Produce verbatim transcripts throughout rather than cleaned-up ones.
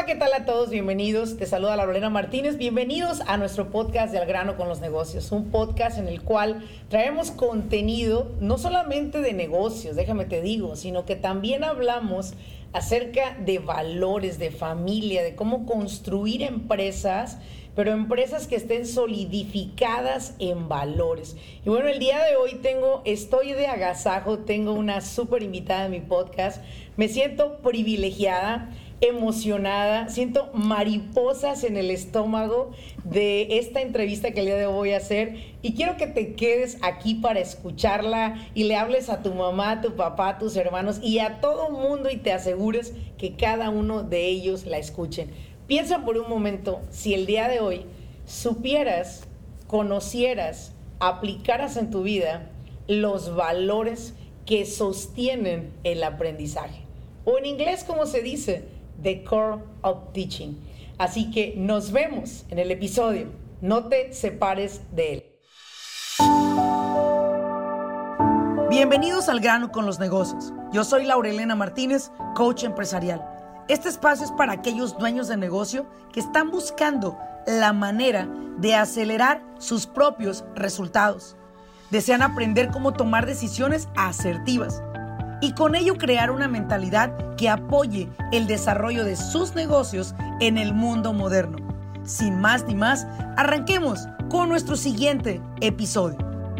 ¿qué tal a todos? Bienvenidos. Te saluda Lorena Martínez. Bienvenidos a nuestro podcast de Al Grano con los Negocios. Un podcast en el cual traemos contenido no solamente de negocios, déjame te digo, sino que también hablamos acerca de valores, de familia, de cómo construir empresas, pero empresas que estén solidificadas en valores. Y bueno, el día de hoy tengo, estoy de agasajo, tengo una súper invitada en mi podcast. Me siento privilegiada, emocionada, siento mariposas en el estómago de esta entrevista que el día de hoy voy a hacer, y quiero que te quedes aquí para escucharla y le hables a tu mamá, a tu papá, a tus hermanos y a todo mundo, y te asegures que cada uno de ellos la escuchen. Piensa por un momento, si el día de hoy supieras, conocieras, aplicaras en tu vida los valores que sostienen el aprendizaje, o en inglés, como se dice, The Core of Teaching. Así que nos vemos en el episodio. No te separes de él. Bienvenidos al Grano con los Negocios. Yo soy Laurelena Martínez, coach empresarial. Este espacio es para aquellos dueños de negocio que están buscando la manera de acelerar sus propios resultados. Desean aprender cómo tomar decisiones asertivas y con ello crear una mentalidad que apoye el desarrollo de sus negocios en el mundo moderno. Sin más ni más, arranquemos con nuestro siguiente episodio.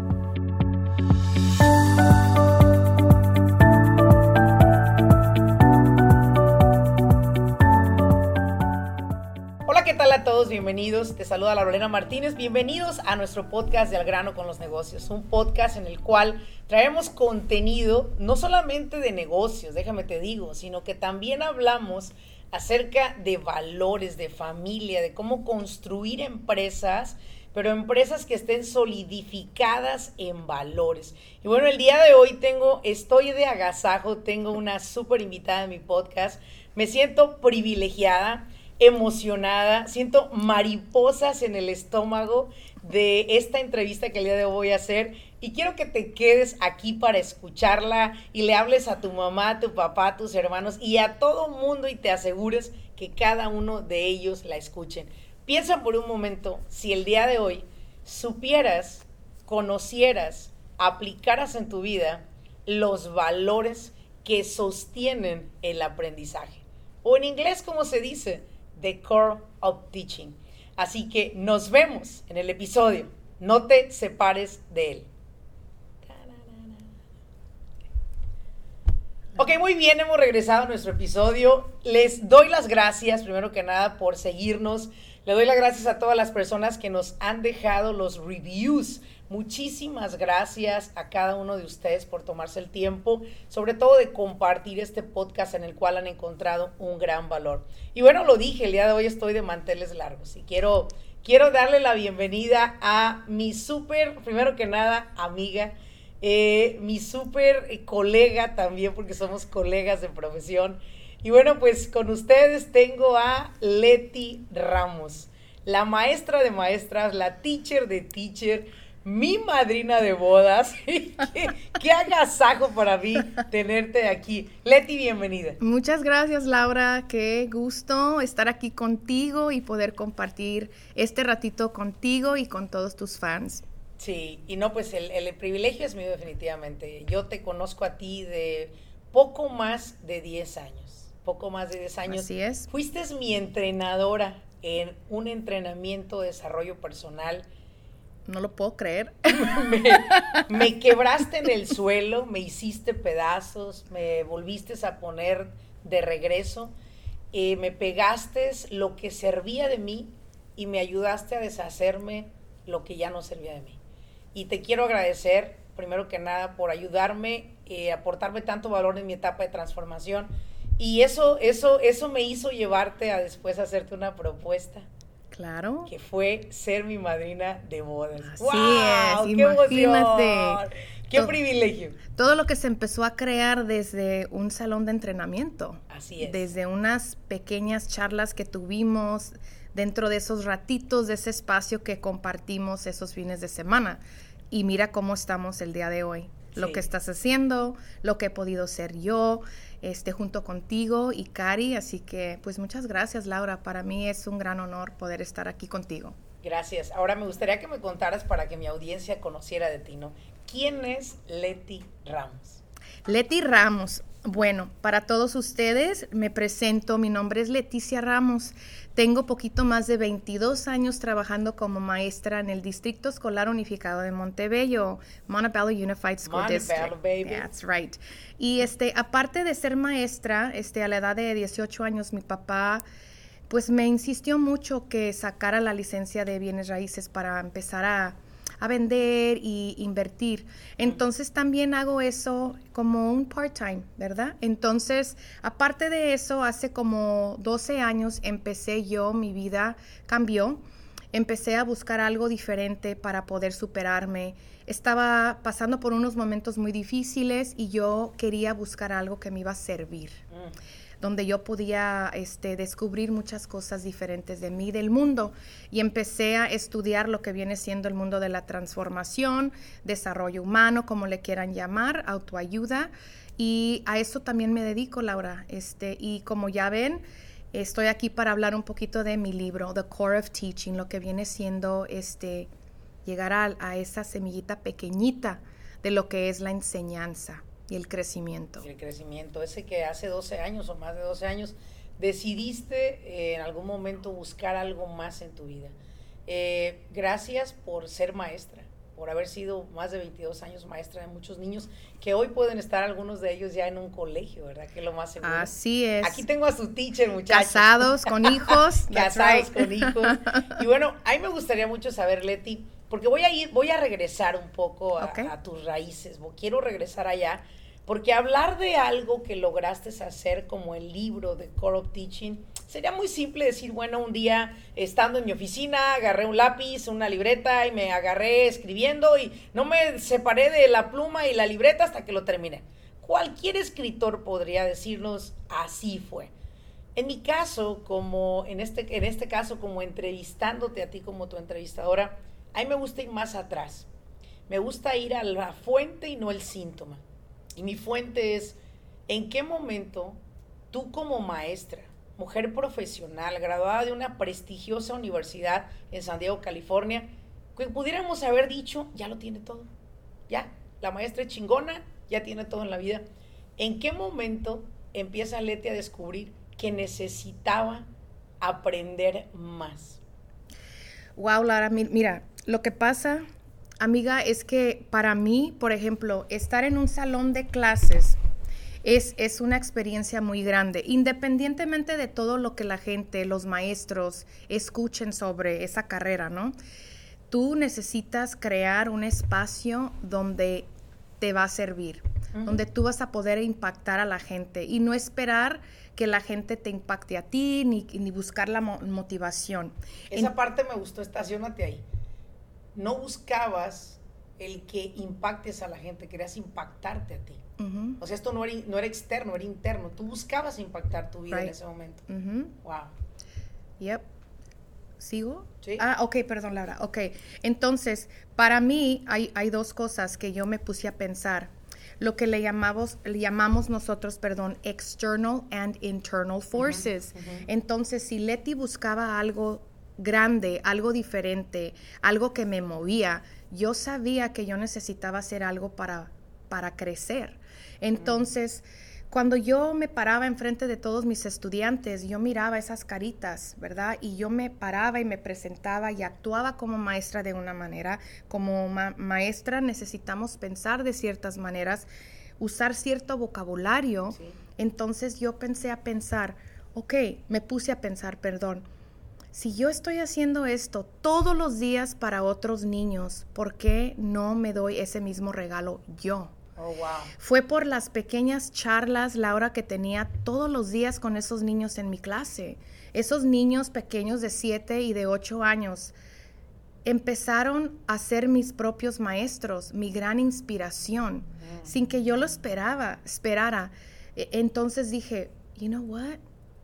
Hola, ¿qué tal a todos? Bienvenidos. Te saluda Lorena Martínez. Bienvenidos a nuestro podcast de Al Grano con los Negocios. Un podcast en el cual traemos contenido no solamente de negocios, déjame te digo, sino que también hablamos acerca de valores, de familia, de cómo construir empresas, pero empresas que estén solidificadas en valores. Y bueno, el día de hoy tengo, estoy de agasajo, tengo una súper invitada en mi podcast. Me siento privilegiada, emocionada, siento mariposas en el estómago de esta entrevista que el día de hoy voy a hacer, y quiero que te quedes aquí para escucharla y le hables a tu mamá, a tu papá, a tus hermanos y a todo mundo, y te asegures que cada uno de ellos la escuchen. Piensa por un momento, si el día de hoy supieras, conocieras, aplicaras en tu vida los valores que sostienen el aprendizaje, o en inglés, como se dice, The Core of Teaching. Así que nos vemos en el episodio. No te separes de él. Ok, muy bien, hemos regresado a nuestro episodio. Les doy las gracias, primero que nada, por seguirnos. Le doy las gracias a todas las personas que nos han dejado los reviews. Muchísimas gracias a cada uno de ustedes por tomarse el tiempo, sobre todo de compartir este podcast en el cual han encontrado un gran valor. Y bueno, lo dije, el día de hoy estoy de manteles largos y quiero, quiero darle la bienvenida a mi súper, primero que nada, amiga, eh, mi súper eh, colega también, porque somos colegas de profesión. Y bueno, pues con ustedes tengo a Leti Ramos, la maestra de maestras, la teacher de teacher, mi madrina de bodas. qué, qué agasajo para mí tenerte aquí. Leti, bienvenida. Muchas gracias, Laura. Qué gusto estar aquí contigo y poder compartir este ratito contigo y con todos tus fans. Sí, y no, pues el, el privilegio es mío definitivamente. Yo te conozco a ti de poco más de diez años. Poco más de diez años. Así es. Fuiste mi entrenadora en un entrenamiento de desarrollo personal. No lo puedo creer. me, me quebraste en el suelo, me hiciste pedazos, me volviste a poner de regreso, eh, me pegaste lo que servía de mí y me ayudaste a deshacerme lo que ya no servía de mí. Y te quiero agradecer, primero que nada, por ayudarme, eh, aportarme tanto valor en mi etapa de transformación. Y eso, eso, eso me hizo llevarte a después hacerte una propuesta. Claro. Que fue ser mi madrina de bodas. Así ¡Wow! es, ¡Qué imagínate. emoción! ¡Qué todo, privilegio! Todo lo que se empezó a crear desde un salón de entrenamiento. Así es. Desde unas pequeñas charlas que tuvimos dentro de esos ratitos, de ese espacio que compartimos esos fines de semana. Y mira cómo estamos el día de hoy. lo Sí. que estás haciendo, lo que he podido ser yo, este, junto contigo y Cari. Así que, pues muchas gracias, Laura. Para mí es un gran honor poder estar aquí contigo. Gracias. Ahora me gustaría que me contaras para que mi audiencia conociera de ti, ¿no? ¿Quién es Leti Ramos? Leti Ramos. Bueno, para todos ustedes me presento, mi nombre es Leticia Ramos. Tengo poquito más de veintidós años trabajando como maestra en el Distrito Escolar Unificado de Montebello, Montebello Unified School Montebello, District. baby. That's right. Y este, aparte de ser maestra, este, a la edad de dieciocho años, mi papá pues me insistió mucho que sacara la licencia de bienes raíces para empezar a a vender y invertir. Entonces también hago eso como un part-time, ¿verdad? Entonces, aparte de eso, hace como doce años empecé yo, mi vida cambió. Empecé a buscar algo diferente para poder superarme. Estaba pasando por unos momentos muy difíciles y yo quería buscar algo que me iba a servir. Mm. donde yo podía este, descubrir muchas cosas diferentes de mí, del mundo, y empecé a estudiar lo que viene siendo el mundo de la transformación, desarrollo humano, como le quieran llamar, autoayuda, y a eso también me dedico, Laura, este, y como ya ven, estoy aquí para hablar un poquito de mi libro, The Core of Teaching, lo que viene siendo este, llegar a, a esa semillita pequeñita de lo que es la enseñanza y el crecimiento. Y el crecimiento, ese que hace doce años o más de doce años decidiste eh, en algún momento buscar algo más en tu vida. Eh, gracias por ser maestra, por haber sido más de veintidós años maestra de muchos niños que hoy pueden estar algunos de ellos ya en un colegio, ¿verdad? Que es lo más seguro. Así es. Aquí tengo a su teacher, muchachos. Casados, con hijos. Casados, right. con hijos. Y bueno, a mí me gustaría mucho saber, Leti, porque voy a ir, voy a regresar un poco a, okay. a tus raíces. Quiero regresar allá. Porque hablar de algo que lograste hacer como el libro de Core of Teaching, sería muy simple decir, bueno, un día estando en mi oficina, agarré un lápiz, una libreta y me agarré escribiendo y no me separé de la pluma y la libreta hasta que lo terminé. Cualquier escritor podría decirnos, así fue. En mi caso, como en este, en este caso, como entrevistándote a ti como tu entrevistadora, a mí me gusta ir más atrás. Me gusta ir a la fuente y no el síntoma. Y mi fuente es, ¿en qué momento tú como maestra, mujer profesional, graduada de una prestigiosa universidad en San Diego, California, que pudiéramos haber dicho, ya lo tiene todo? Ya, la maestra es chingona, ya tiene todo en la vida. ¿En qué momento empieza Leti a descubrir que necesitaba aprender más? Wow, Lara, mira, lo que pasa... Amiga, es que para mí, por ejemplo, estar en un salón de clases es, es una experiencia muy grande, independientemente de todo lo que la gente, los maestros, escuchen sobre esa carrera, ¿no? Tú necesitas crear un espacio donde te va a servir, uh-huh. donde tú vas a poder impactar a la gente y no esperar que la gente te impacte a ti ni, ni buscar la mo- motivación. Esa en- parte me gustó, estaciónate ahí. No buscabas el que impactes a la gente, querías impactarte a ti. Uh-huh. O sea, esto no era, no era externo, era interno. Tú buscabas impactar tu vida right. en ese momento. Uh-huh. Wow. Yep. ¿Sigo? Sí. Ah, ok, perdón, Laura. Ok. Entonces, para mí hay, hay dos cosas que yo me puse a pensar. Lo que le llamamos, le llamamos nosotros, perdón, external and internal forces. Uh-huh. Uh-huh. Entonces, si Leti buscaba algo grande, algo diferente, algo que me movía, yo sabía que yo necesitaba hacer algo para, para crecer. Entonces, mm. cuando yo me paraba enfrente de todos mis estudiantes, yo miraba esas caritas, ¿verdad? Y yo me paraba y me presentaba y actuaba como maestra de una manera. Como ma- maestra necesitamos pensar de ciertas maneras, usar cierto vocabulario. Sí. Entonces yo pensé a pensar, ok, me puse a pensar, perdón, si yo estoy haciendo esto todos los días para otros niños, ¿por qué no me doy ese mismo regalo yo? Oh, wow. Fue por las pequeñas charlas, Laura, que tenía todos los días con esos niños en mi clase. Esos niños pequeños de siete y de ocho años empezaron a ser mis propios maestros, mi gran inspiración, mm. sin que yo lo esperaba, esperara. Entonces dije, you know what?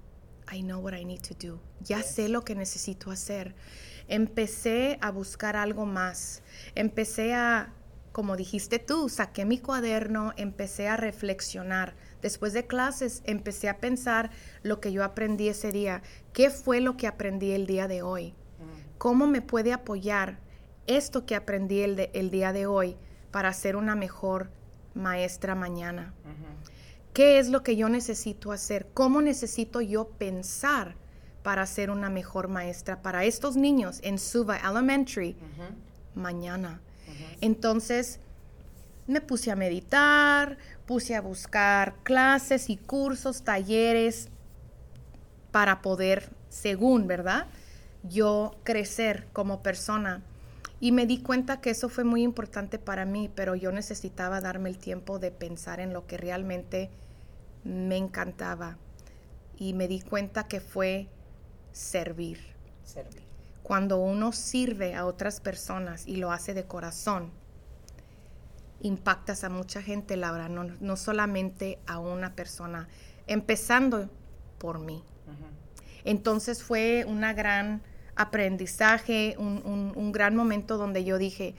I know what I need to do. Ya yes. sé lo que necesito hacer. Empecé a buscar algo más. Empecé a como dijiste tú, saqué mi cuaderno, empecé a reflexionar. Después de clases, empecé a pensar lo que yo aprendí ese día. ¿Qué fue lo que aprendí el día de hoy? ¿Cómo me puede apoyar esto que aprendí el, de, el día de hoy para ser una mejor maestra mañana? Uh-huh. ¿Qué es lo que yo necesito hacer? ¿Cómo necesito yo pensar para ser una mejor maestra para estos niños en Suva Elementary uh-huh. mañana? Uh-huh. Entonces, me puse a meditar, puse a buscar clases y cursos, talleres para poder, según, ¿verdad?, yo crecer como persona. Y me di cuenta que eso fue muy importante para mí, pero yo necesitaba darme el tiempo de pensar en lo que realmente me encantaba. Y me di cuenta que fue servir. Servir. Cuando uno sirve a otras personas y lo hace de corazón, impactas a mucha gente, Laura, no, no solamente a una persona, empezando por mí. Uh-huh. Entonces fue una gran aprendizaje, un, un, un gran momento donde yo dije,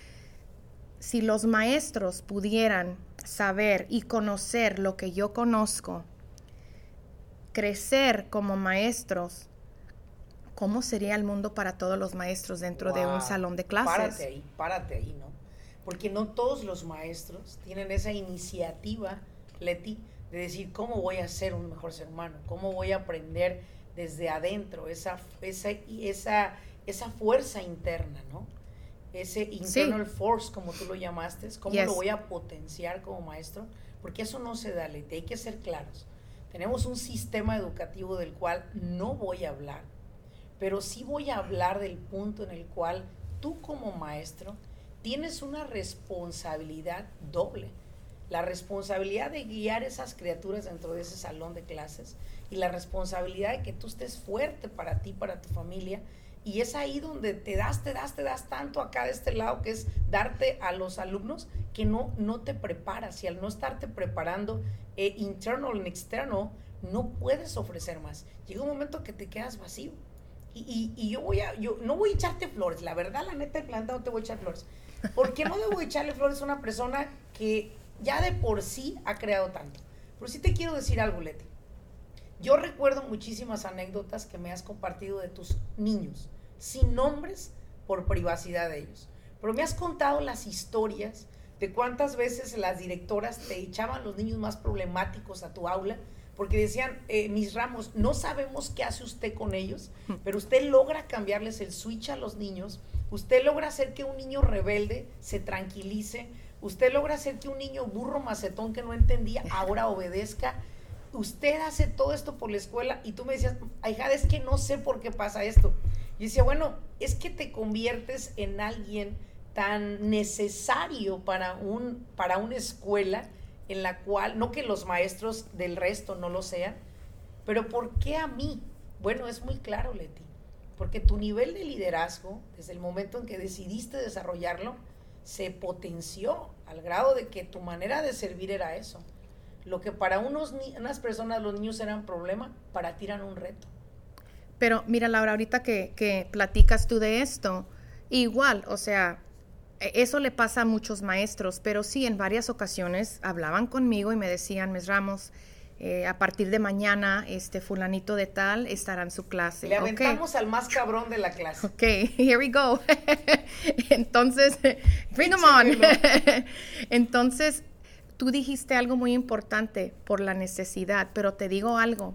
si los maestros pudieran saber y conocer lo que yo conozco, crecer como maestros, ¿cómo sería el mundo para todos los maestros dentro wow. de un salón de clases? Párate ahí, párate ahí, ¿no? Porque no todos los maestros tienen esa iniciativa, Leti, de decir, ¿cómo voy a ser un mejor ser humano? ¿Cómo voy a aprender desde adentro esa, esa, esa, esa fuerza interna, ¿no? Ese internal sí. force, como tú lo llamaste, ¿cómo yes. lo voy a potenciar como maestro? Porque eso no se da, Leti, hay que ser claros. Tenemos un sistema educativo del cual no voy a hablar, pero sí voy a hablar del punto en el cual tú como maestro tienes una responsabilidad doble. La responsabilidad de guiar esas criaturas dentro de ese salón de clases y la responsabilidad de que tú estés fuerte para ti, para tu familia. Y es ahí donde te das, te das, te das tanto acá de este lado, que es darte a los alumnos que no, no te preparas. Y al no estarte preparando eh, internal y externo, no puedes ofrecer más. Llega un momento que te quedas vacío. Y, y, y yo voy a, yo no voy a echarte flores. La verdad, la neta, el planta no te voy a echar flores. ¿Por qué no debo echarle flores a una persona que ya de por sí ha creado tanto? Pero sí te quiero decir algo, Leti. Yo recuerdo muchísimas anécdotas que me has compartido de tus niños, sin nombres, por privacidad de ellos. Pero me has contado las historias de cuántas veces las directoras te echaban los niños más problemáticos a tu aula, porque decían, eh, Miss Ramos, no sabemos qué hace usted con ellos, pero usted logra cambiarles el switch a los niños, usted logra hacer que un niño rebelde se tranquilice, usted logra hacer que un niño burro macetón que no entendía ahora obedezca. Usted hace todo esto por la escuela. Y tú me decías, ahijada, es que no sé por qué pasa esto. Y decía, bueno, es que te conviertes en alguien tan necesario para, un, para una escuela en la cual, no que los maestros del resto no lo sean, pero ¿por qué a mí? Bueno, es muy claro, Leti, porque tu nivel de liderazgo, desde el momento en que decidiste desarrollarlo, se potenció al grado de que tu manera de servir era eso. Lo que para unos, unas personas, los niños eran problema, para ti eran un reto. Pero mira, Laura, ahorita que, que platicas tú de esto, igual, o sea, eso le pasa a muchos maestros, pero sí, en varias ocasiones hablaban conmigo y me decían, Miss Ramos, eh, a partir de mañana, este fulanito de tal estará en su clase. Le aventamos okay. al más cabrón de la clase. Ok, here we go. Entonces, bring them on. Entonces, tú dijiste algo muy importante por la necesidad, pero te digo algo.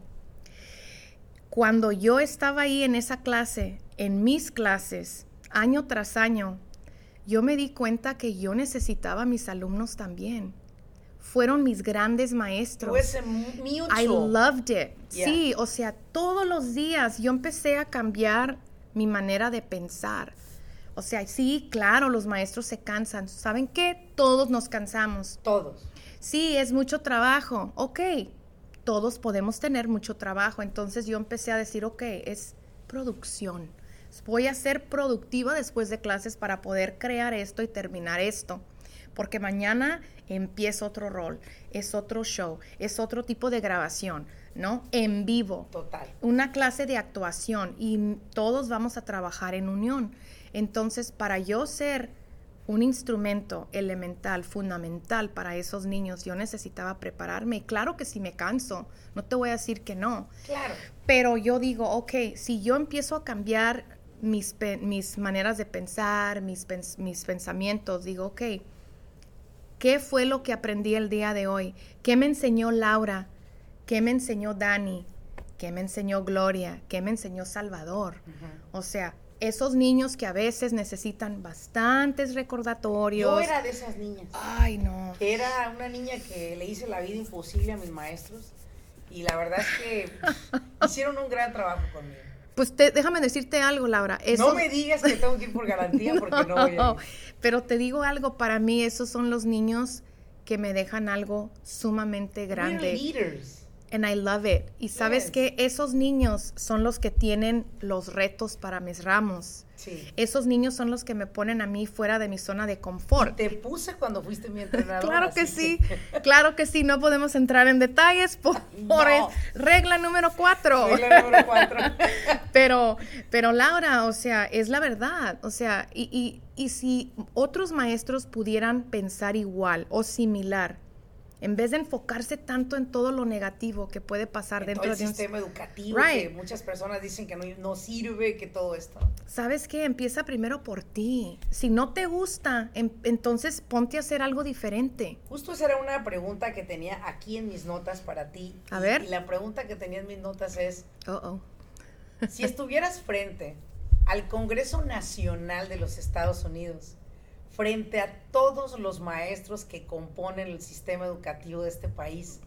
Cuando yo estaba ahí en esa clase, en mis clases, año tras año, yo me di cuenta que yo necesitaba a mis alumnos también. Fueron mis grandes maestros. Pues mucho. I loved it. Yeah. Sí, o sea, todos los días yo empecé a cambiar mi manera de pensar. O sea, sí, claro, los maestros se cansan. ¿Saben qué? Todos nos cansamos. Todos. Sí, es mucho trabajo. Ok, todos podemos tener mucho trabajo. Entonces yo empecé a decir, ok, es producción. Voy a ser productiva después de clases para poder crear esto y terminar esto. Porque mañana empieza otro rol, es otro show, es otro tipo de grabación, ¿no? En vivo. Total. Una clase de actuación y todos vamos a trabajar en unión. Entonces, para yo ser un instrumento elemental, fundamental para esos niños. Yo necesitaba prepararme. Claro que sí me canso, no te voy a decir que no. Claro. Pero yo digo, ok, si yo empiezo a cambiar mis, pe- mis maneras de pensar, mis, pens- mis pensamientos, digo, ok, ¿qué fue lo que aprendí el día de hoy? ¿Qué me enseñó Laura? ¿Qué me enseñó Dani? ¿Qué me enseñó Gloria? ¿Qué me enseñó Salvador? Uh-huh. O sea, esos niños que a veces necesitan bastantes recordatorios. Yo era de esas niñas. Ay, no. Que era una niña que le hice la vida imposible a mis maestros y la verdad es que hicieron un gran trabajo conmigo. Pues te, déjame decirte algo, Laura. Eso, no me digas que tengo que ir por garantía porque no, no voy a ir. Pero te digo algo, para mí esos son los niños que me dejan algo sumamente grande. We're leaders. And I love it. Y sabes yes. que esos niños son los que tienen los retos para mis ramos. Sí. Esos niños son los que me ponen a mí fuera de mi zona de confort. Y te puse cuando fuiste mi entrenadora. Claro que sí, que... claro que sí. No podemos entrar en detalles por, no. por el, regla número cuatro. Regla número cuatro. pero, pero Laura, o sea, es la verdad. O sea, y, y, y si otros maestros pudieran pensar igual o similar, en vez de enfocarse tanto en todo lo negativo que puede pasar en dentro todo el de un sistema educativo, right. que muchas personas dicen que no, no sirve, que todo esto. ¿Sabes qué? Empieza primero por ti. Si no te gusta, en, entonces ponte a hacer algo diferente. Justo esa era una pregunta que tenía aquí en mis notas para ti. A y, ver. Y la pregunta que tenía en mis notas es, Uh-oh. si estuvieras frente al Congreso Nacional de los Estados Unidos, frente a todos los maestros que componen el sistema educativo de este país,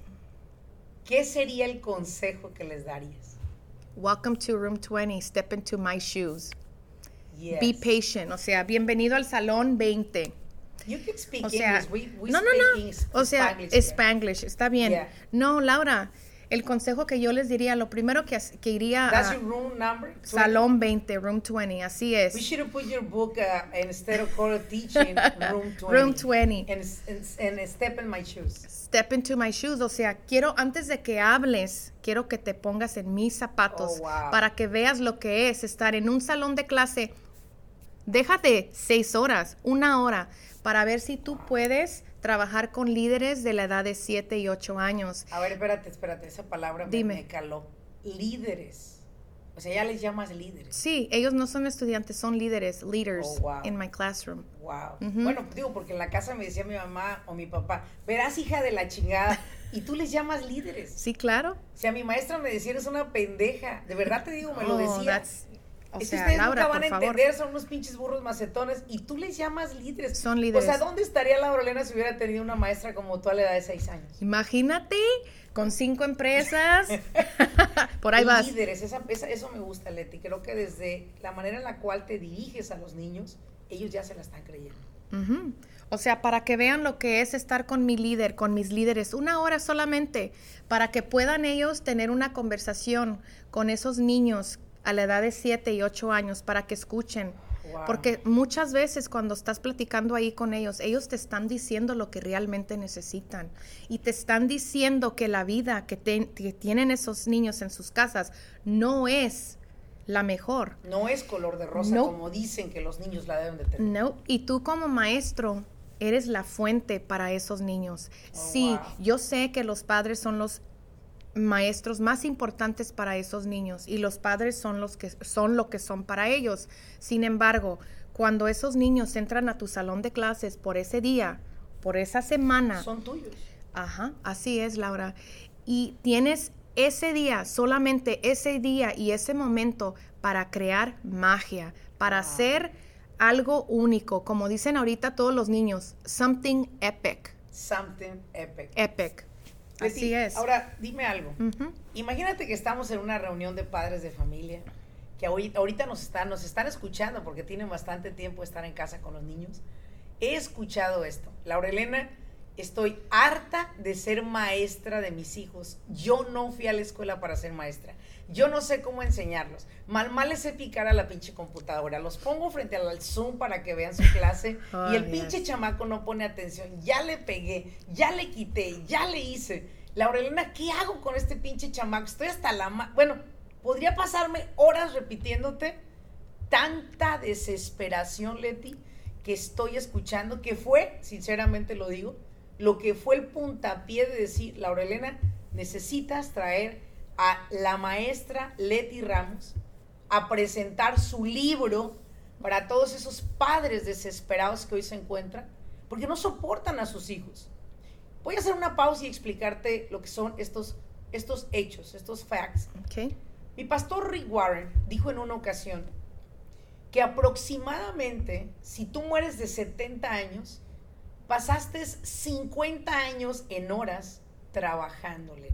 ¿qué sería el consejo que les darías? Welcome to room twenty, step into my shoes. Yes. Be patient, o sea, bienvenido al salón veinte. You can speak o sea, English. We, we no, no, speak no, English, o sea, Spanglish, Spanglish, está bien. Yeah. No, Laura, el consejo que yo les diría, lo primero que, que iría That's a your room number? salón veinte, room veinte, así es. We should have put your book uh, instead of Coro Teaching, room twenty. room veinte. And, and, and step in my shoes. Step into my shoes, o sea, quiero, antes de que hables, quiero que te pongas en mis zapatos oh, wow. para que veas lo que es estar en un salón de clase. Déjate seis horas, una hora, para ver si tú puedes trabajar con líderes de la edad de siete y ocho años. A ver, espérate, espérate, esa palabra me, Dime. me caló. Líderes. O sea, ya les llamas líderes. Sí, ellos no son estudiantes, son líderes, leaders oh, wow. in my classroom. Wow. Uh-huh. Bueno, digo, porque en la casa me decía mi mamá o mi papá, verás, hija de la chingada, y tú les llamas líderes. Sí, claro. Si a mi maestra me decía, eres una pendeja, de verdad te digo, me oh, lo decía. O es sea, que ustedes Laura, nunca van a por entender, favor. son unos pinches burros macetones y tú les llamas líderes. Son líderes. O sea, ¿dónde estaría Laura Elena si hubiera tenido una maestra como tú a la edad de seis años? Imagínate, con cinco empresas. Por ahí vas. Líderes, esa, esa, eso me gusta, Leti. Creo que desde la manera en la cual te diriges a los niños, ellos ya se la están creyendo. Uh-huh. O sea, para que vean lo que es estar con mi líder, con mis líderes, una hora solamente, para que puedan ellos tener una conversación con esos niños a la edad de siete y ocho años, para que escuchen. Wow. Porque muchas veces cuando estás platicando ahí con ellos, ellos te están diciendo lo que realmente necesitan y te están diciendo que la vida que, te, que tienen esos niños en sus casas no es la mejor. No es color de rosa no. como dicen que los niños la deben de tener. No, y tú como maestro eres la fuente para esos niños. Oh, sí, wow. yo sé que los padres son los maestros más importantes para esos niños y los padres son los que son lo que son para ellos. Sin embargo, cuando esos niños entran a tu salón de clases por ese día, por esa semana, son tuyos. Ajá, así es, Laura. Y tienes ese día, solamente ese día y ese momento para crear magia, para wow. hacer algo único, como dicen ahorita todos los niños, something epic. Something epic. Epic. Así Leti, es. Ahora, dime algo. Uh-huh. Imagínate que estamos en una reunión de padres de familia, que hoy, ahorita nos están, nos están escuchando porque tienen bastante tiempo de estar en casa con los niños. He escuchado esto. Laura Elena, estoy harta de ser maestra de mis hijos. Yo no fui a la escuela para ser maestra. Yo no sé cómo enseñarlos. Mal, mal les sé picar a la pinche computadora. Los pongo frente al Zoom para que vean su clase oh, y el yes. pinche chamaco no pone atención. Ya le pegué, ya le quité, ya le hice. Laura Elena, ¿qué hago con este pinche chamaco? Estoy hasta la... Ma- bueno, podría pasarme horas repitiéndote tanta desesperación, Leti, que estoy escuchando, que fue, sinceramente lo digo, lo que fue el puntapié de decir, Laura Elena, necesitas traer a la maestra Leti Ramos a presentar su libro para todos esos padres desesperados que hoy se encuentran, porque no soportan a sus hijos. Voy a hacer una pausa y explicarte lo que son estos, estos hechos, estos facts. Okay. Mi pastor Rick Warren dijo en una ocasión que aproximadamente, si tú mueres de setenta años, pasaste cincuenta años en horas trabajando, Leti.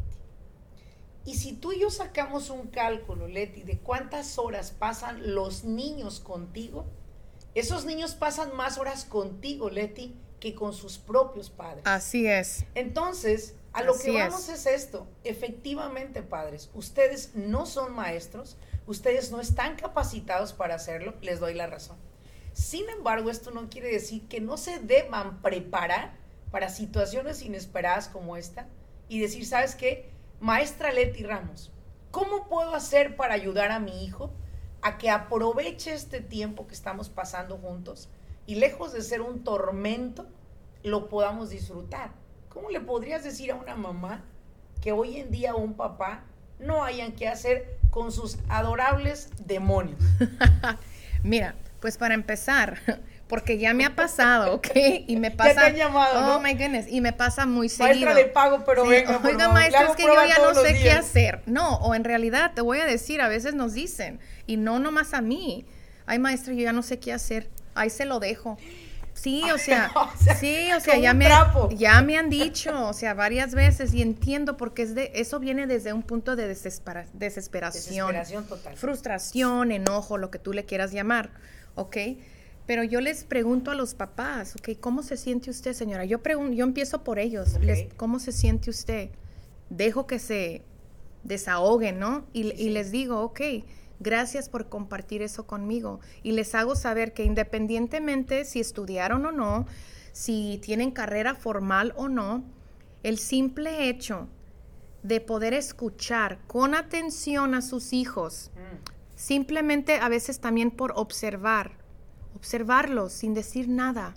Y si tú y yo sacamos un cálculo, Leti, de cuántas horas pasan los niños contigo, esos niños pasan más horas contigo, Leti, que con sus propios padres. Así es. Entonces, a lo Así que vamos es. es esto. Efectivamente, padres, ustedes no son maestros, ustedes no están capacitados para hacerlo, les doy la razón. Sin embargo, esto no quiere decir que no se deban preparar para situaciones inesperadas como esta y decir, ¿sabes qué? Maestra Leti Ramos, ¿cómo puedo hacer para ayudar a mi hijo a que aproveche este tiempo que estamos pasando juntos y lejos de ser un tormento, lo podamos disfrutar? ¿Cómo le podrías decir a una mamá que hoy en día o un papá no hayan que hacer con sus adorables demonios? Mira, pues para empezar, porque ya me ha pasado, ¿ok? Y me pasa. Ya te han llamado, oh, ¿no? my goodness, y me pasa muy Maestra, seguido. le pago, pero Sí, venga, por oiga, favor, le maestra, hago es que yo prueba ya todos no los sé qué días. hacer. No, o en realidad, te voy a decir, a veces nos dicen, y no nomás a mí, ay, maestra, yo ya no sé qué hacer, ahí se lo dejo. Sí, o sea, o sea, sí, o sea, como ya un me, trapo. ya me han dicho, o sea, varias veces, y entiendo porque es de, eso viene desde un punto de desespera, desesperación, Desesperación total. frustración, enojo, lo que tú le quieras llamar, ¿ok? Pero yo les pregunto a los papás, ¿ok? ¿Cómo se siente usted, señora? Yo pregunto, yo empiezo por ellos, Okay. les, ¿cómo se siente usted? Dejo que se desahoguen, ¿no? Y, Sí, y sí. les digo, ok, gracias por compartir eso conmigo. Y les hago saber que independientemente si estudiaron o no, si tienen carrera formal o no, el simple hecho de poder escuchar con atención a sus hijos, Mm. simplemente a veces también por observar, observarlos sin decir nada,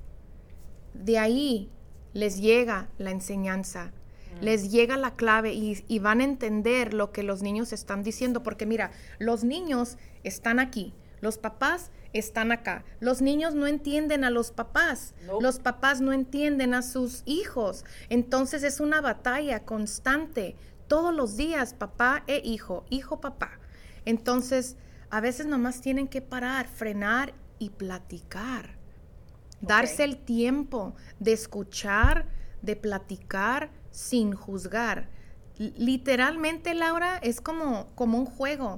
de ahí les llega la enseñanza. Les llega la clave y, y van a entender lo que los niños están diciendo, porque mira, los niños están aquí, los papás están acá, los niños no entienden a los papás, Nope. los papás no entienden a sus hijos, entonces es una batalla constante, todos los días, papá e hijo, hijo, papá. Entonces, a veces nomás tienen que parar, frenar y platicar, darse Okay. el tiempo de escuchar, de platicar, sin juzgar. L- literalmente, Laura, es como, como un juego.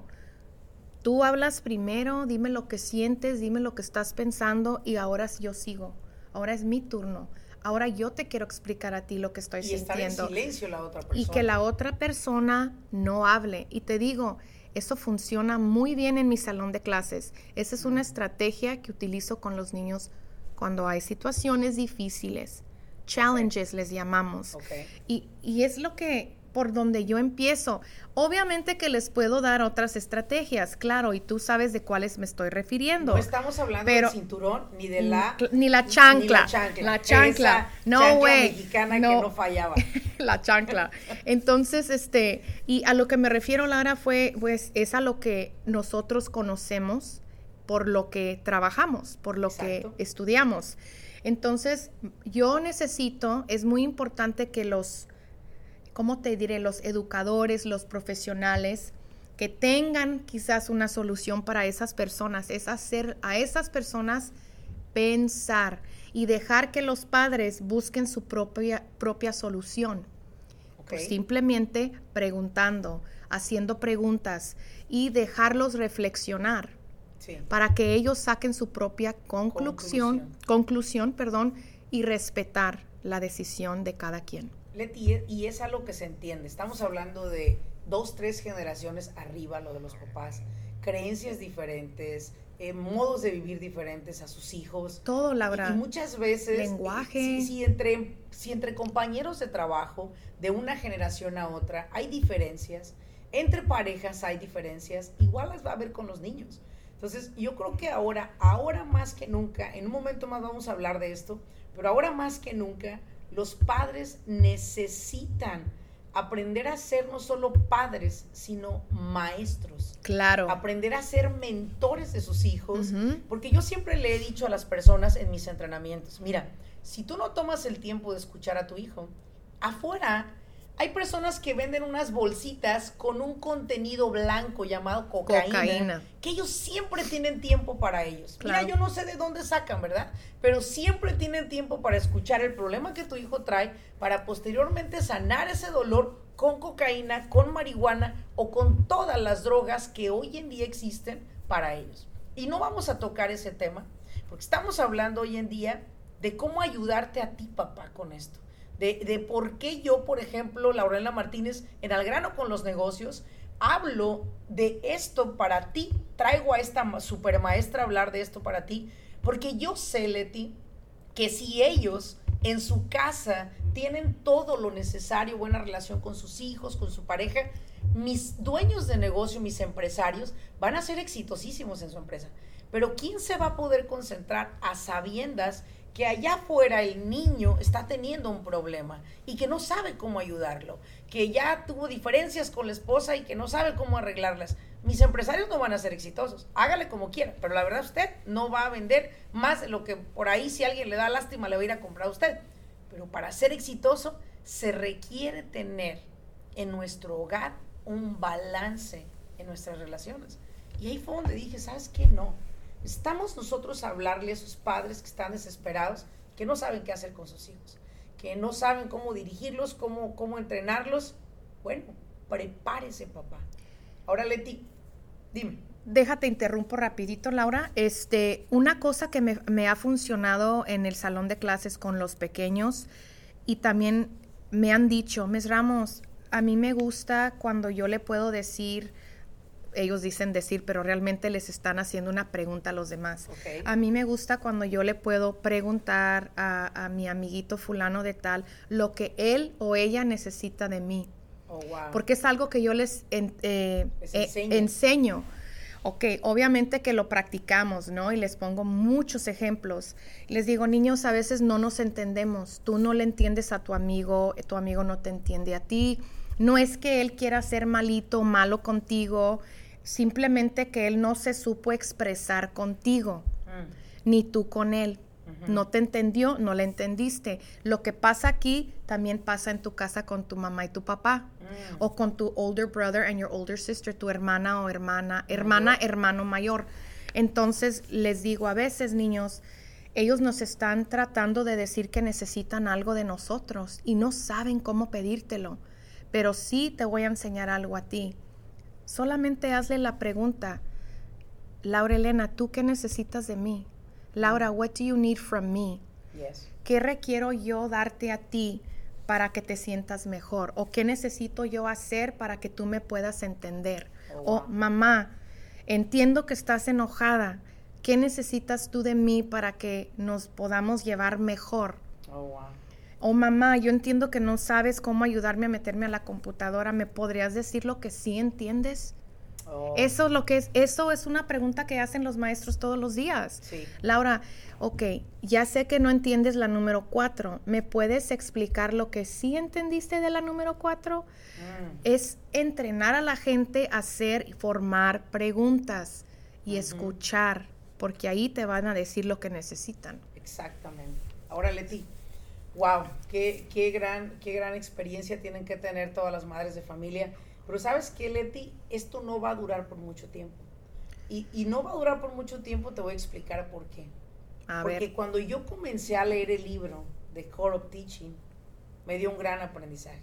Tú hablas primero, dime lo que sientes, dime lo que estás pensando y ahora yo sigo. Ahora es mi turno. Ahora yo te quiero explicar a ti lo que estoy Y estar en sintiendo. silencio la otra persona. Y que la otra persona no hable. Y te digo, eso funciona muy bien en mi salón de clases. Esa es una estrategia que utilizo con los niños cuando hay situaciones difíciles. Challenges les llamamos. Okay. Y, y es lo que, por donde yo empiezo. Obviamente que les puedo dar otras estrategias, claro, y tú sabes de cuáles me estoy refiriendo. No estamos hablando Pero- del cinturón ni de la Ni la chancla. ni la chancla, La chancla. Esa No, chancla güey. mexicana No. que no fallaba. La chancla. Entonces, este, y a lo que me refiero, Lara, fue, pues, es a lo que nosotros conocemos por lo que trabajamos, por lo Exacto. que estudiamos. Entonces, yo necesito, es muy importante que los, ¿cómo te diré? Los educadores, los profesionales, que tengan quizás una solución para esas personas, es hacer a esas personas pensar y dejar que los padres busquen su propia, propia solución. Okay. Pues simplemente preguntando, haciendo preguntas y dejarlos reflexionar Sí. para que ellos saquen su propia conclusión, Conclusión. conclusión, perdón, y respetar la decisión de cada quien. Leti, y es algo que se entiende. Estamos hablando de dos, tres generaciones arriba, lo de los papás, creencias diferentes, eh, modos de vivir diferentes a sus hijos. Todo, Laura. Y, y muchas veces, Lenguaje. eh, si, si, entre, si entre compañeros de trabajo de una generación a otra hay diferencias, entre parejas hay diferencias, igual las va a haber con los niños. Entonces, yo creo que ahora, ahora más que nunca, en un momento más vamos a hablar de esto, pero ahora más que nunca, los padres necesitan aprender a ser no solo padres, sino maestros. Claro. Aprender a ser mentores de sus hijos, Uh-huh. porque yo siempre le he dicho a las personas en mis entrenamientos, mira, si tú no tomas el tiempo de escuchar a tu hijo, afuera hay personas que venden unas bolsitas con un contenido blanco llamado cocaína, Cocaína. que ellos siempre tienen tiempo para ellos. Claro. Mira, yo no sé de dónde sacan, ¿verdad? Pero siempre tienen tiempo para escuchar el problema que tu hijo trae, para posteriormente sanar ese dolor con cocaína, con marihuana o con todas las drogas que hoy en día existen para ellos. Y no vamos a tocar ese tema, porque estamos hablando hoy en día de cómo ayudarte a ti, papá, con esto. De, de por qué yo, por ejemplo, Laurelena Martínez, en Al Grano con los Negocios, hablo de esto para ti, traigo a esta super maestra a hablar de esto para ti, porque yo sé, Leti, que si ellos en su casa tienen todo lo necesario, buena relación con sus hijos, con su pareja, mis dueños de negocio, mis empresarios, van a ser exitosísimos en su empresa. Pero ¿quién se va a poder concentrar a sabiendas que allá afuera el niño está teniendo un problema y que no sabe cómo ayudarlo, que ya tuvo diferencias con la esposa y que no sabe cómo arreglarlas? Mis empresarios no van a ser exitosos, hágale como quiera, pero la verdad usted no va a vender más de lo que por ahí, si alguien le da lástima, le va a ir a comprar a usted. Pero para ser exitoso se requiere tener en nuestro hogar un balance en nuestras relaciones. Y ahí fue donde dije, ¿sabes qué? No. Estamos nosotros a hablarle a esos padres que están desesperados, que no saben qué hacer con sus hijos, que no saben cómo dirigirlos, cómo, cómo entrenarlos. Bueno, prepárese, papá. Ahora, Leti, dime. Déjate interrumpo rapidito, Laura. Este, una cosa que me, me ha funcionado en el salón de clases con los pequeños, y también me han dicho, Miss Ramos, a mí me gusta cuando yo le puedo decir, ellos dicen decir, pero realmente les están haciendo una pregunta a los demás. Okay. A mí me gusta cuando yo le puedo preguntar a, a mi amiguito fulano de tal lo que él o ella necesita de mí. Oh, wow. Porque es algo que yo les, en, eh, les eh, enseño. enseño. Ok, obviamente que lo practicamos, ¿no? Y les pongo muchos ejemplos. Les digo, niños, a veces no nos entendemos. Tú no le entiendes a tu amigo, tu amigo no te entiende a ti. No es que él quiera ser malito o malo contigo, simplemente que él no se supo expresar contigo, mm. ni tú con él. Uh-huh. No te entendió, no le entendiste. Lo que pasa aquí también pasa en tu casa con tu mamá y tu papá, mm. o con tu older brother and your older sister, tu hermana o hermana, hermana, mayor. hermano mayor. Entonces les digo, a veces, niños, ellos nos están tratando de decir que necesitan algo de nosotros y no saben cómo pedírtelo. Pero sí te voy a enseñar algo a ti. Solamente hazle la pregunta, Laura Elena, ¿tú qué necesitas de mí? Laura, what do you need from me? Yes. ¿Qué requiero yo darte a ti para que te sientas mejor? ¿O qué necesito yo hacer para que tú me puedas entender? Oh, wow. O mamá, entiendo que estás enojada. ¿Qué necesitas tú de mí para que nos podamos llevar mejor? Oh, wow. O mamá, yo entiendo que no sabes cómo ayudarme a meterme a la computadora. ¿Me podrías decir lo que sí entiendes? Oh. Eso es lo que es, eso es una pregunta que hacen los maestros todos los días. Sí. Laura, ok, ya sé que no entiendes la número cuatro. ¿Me puedes explicar lo que sí entendiste de la número cuatro? Mm. Es entrenar a la gente a hacer y formar preguntas y uh-huh. escuchar, porque ahí te van a decir lo que necesitan. Exactamente. Ahora, Leti, wow, qué, qué, gran, qué gran experiencia tienen que tener todas las madres de familia. Pero ¿sabes qué, Leti? Esto no va a durar por mucho tiempo. Y, y no va a durar por mucho tiempo, te voy a explicar por qué. A Porque ver. cuando yo comencé a leer el libro de Core of Teaching, me dio un gran aprendizaje.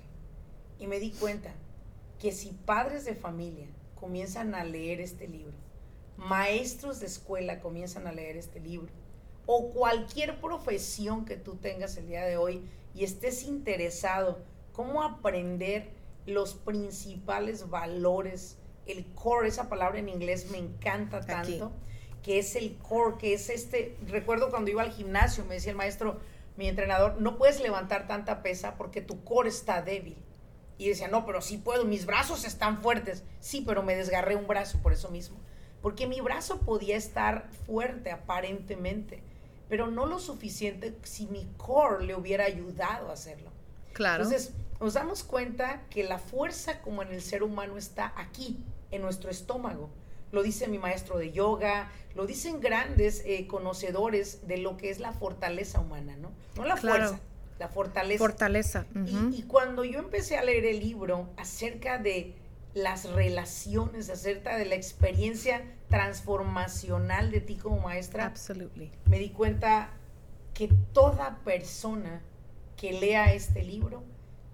Y me di cuenta que si padres de familia comienzan a leer este libro, maestros de escuela comienzan a leer este libro, o cualquier profesión que tú tengas el día de hoy y estés interesado cómo aprender los principales valores, el core, esa palabra en inglés me encanta tanto, aquí. Que es el core, que es este, recuerdo cuando iba al gimnasio, me decía el maestro, mi entrenador, no puedes levantar tanta pesa porque tu core está débil. Y decía, no, pero sí puedo, mis brazos están fuertes. Sí, pero me desgarré un brazo por eso mismo. porque mi brazo podía estar fuerte aparentemente, pero no lo suficiente si mi core le hubiera ayudado a hacerlo. Claro. Entonces, nos damos cuenta que la fuerza como en el ser humano está aquí, en nuestro estómago. Lo dice mi maestro de yoga, lo dicen grandes eh, conocedores de lo que es la fortaleza humana, ¿no? No la Claro. fuerza, la fortaleza. Fortaleza. Uh-huh. Y, y cuando yo empecé a leer el libro acerca de las relaciones, acerca de la experiencia transformacional de ti como maestra, Absolutely. me di cuenta que toda persona que lea este libro,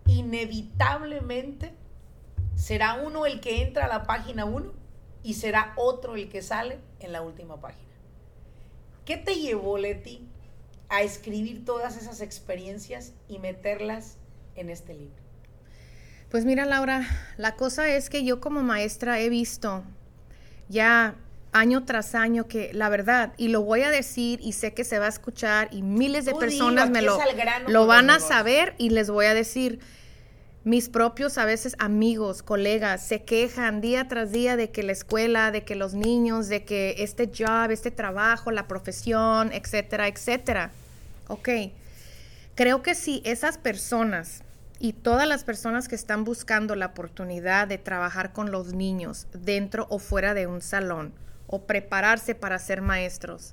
inevitablemente será uno el que entra a la página uno y será otro el que sale en la última página. ¿Qué te llevó, Leti, a escribir todas esas experiencias y meterlas en este libro? Pues mira, Laura, la cosa es que yo como maestra he visto ya año tras año que la verdad, y lo voy a decir y sé que se va a escuchar y miles de Tú personas digo, me aquí lo, es al grano lo con van los a negocios. saber y les voy a decir, mis propios a veces amigos, colegas, se quejan día tras día de que la escuela, de que los niños, de que este job, este trabajo, la profesión, etcétera, etcétera. Ok, creo que si esas personas y todas las personas que están buscando la oportunidad de trabajar con los niños dentro o fuera de un salón o prepararse para ser maestros,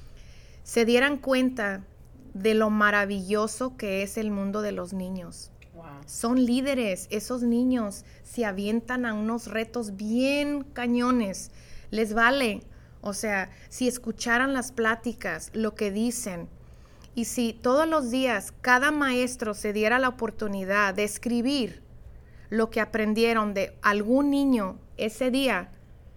se dieran cuenta de lo maravilloso que es el mundo de los niños. Wow. Son líderes, esos niños se avientan a unos retos bien cañones, les vale. O sea, si escucharan las pláticas, lo que dicen, y si todos los días cada maestro se diera la oportunidad de escribir lo que aprendieron de algún niño ese día,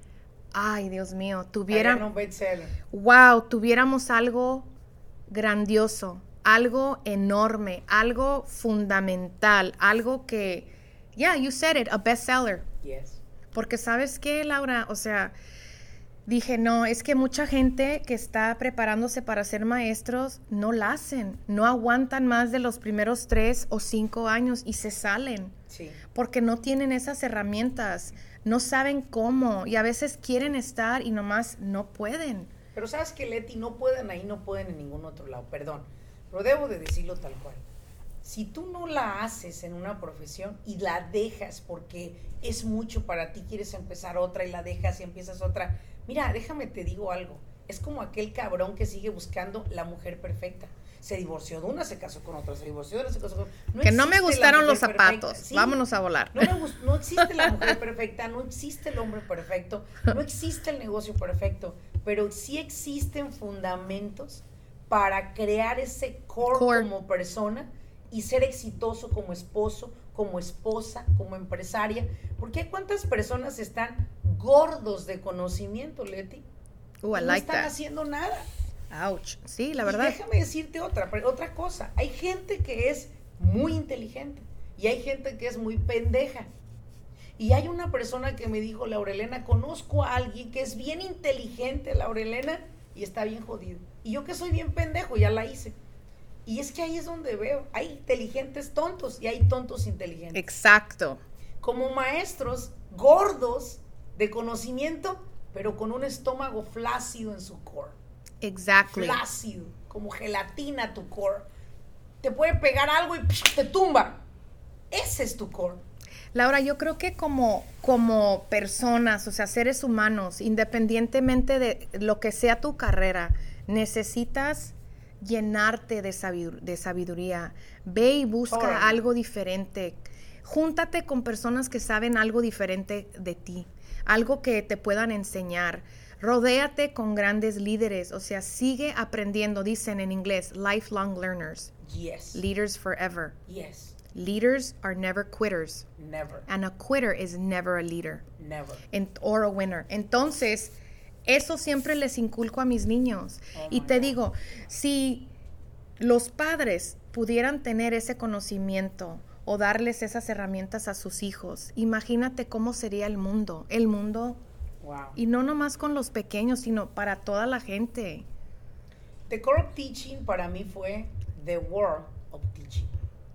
ay, Dios mío, tuvieran, un bestseller. wow, tuviéramos algo grandioso, algo enorme, algo fundamental, algo que, yeah, you said it, a bestseller. Yes. Porque ¿sabes qué, Laura? O sea, dije, no, es que mucha gente que está preparándose para ser maestros no la hacen, no aguantan más de los primeros tres o cinco años y se salen. Sí. Porque no tienen esas herramientas, no saben cómo y a veces quieren estar y nomás no pueden. Pero sabes que, Leti, no pueden ahí, no pueden en ningún otro lado, perdón, pero debo de decirlo tal cual. Si tú no la haces en una profesión y la dejas porque es mucho para ti, quieres empezar otra y la dejas y empiezas otra, mira, déjame te digo algo, es como aquel cabrón que sigue buscando la mujer perfecta. Se divorció de una, se casó con otra, se divorció de una, se casó con otra. No que no me gustaron los zapatos, sí, vámonos a volar. No, me gust- no existe la mujer perfecta, no existe el hombre perfecto, no existe el negocio perfecto, pero sí existen fundamentos para crear ese core, Core. como persona y ser exitoso como esposo, como esposa, como empresaria. Porque ¿cuántas personas están gordos de conocimiento, Leti? Uh, I y no like están that. haciendo nada. Ouch. Sí, la Y verdad. déjame decirte otra, otra cosa. Hay gente que es muy inteligente y hay gente que es muy pendeja. Y hay una persona que me dijo, Laurelena, conozco a alguien que es bien inteligente, Laurelena, y está bien jodido. Y yo que soy bien pendejo, ya la hice. Y es que ahí es donde veo, hay inteligentes tontos y hay tontos inteligentes. Exacto. Como maestros gordos de conocimiento, pero con un estómago flácido en su core. Exactly. Flácido, como gelatina tu core. Te puede pegar algo y psh, te tumba. Ese es tu core. Laura, yo creo que como, como personas, o sea, seres humanos, independientemente de lo que sea tu carrera, necesitas llenarte de, sabidur- de sabiduría. Ve y busca Órale. algo diferente. Júntate con personas que saben algo diferente de ti, algo que te puedan enseñar. Rodéate con grandes líderes, o sea, sigue aprendiendo. Dicen en inglés, lifelong learners, Yes. leaders forever. Yes. Leaders are never quitters, Never. and a quitter is never a leader. Never. En- or a winner. Entonces, eso siempre les inculco a mis niños. Oh y my te God. digo, si los padres pudieran tener ese conocimiento o darles esas herramientas a sus hijos, imagínate cómo sería el mundo. El mundo, Wow. y no nomás con los pequeños, sino para toda la gente. The core of teaching para mí fue the world of teaching.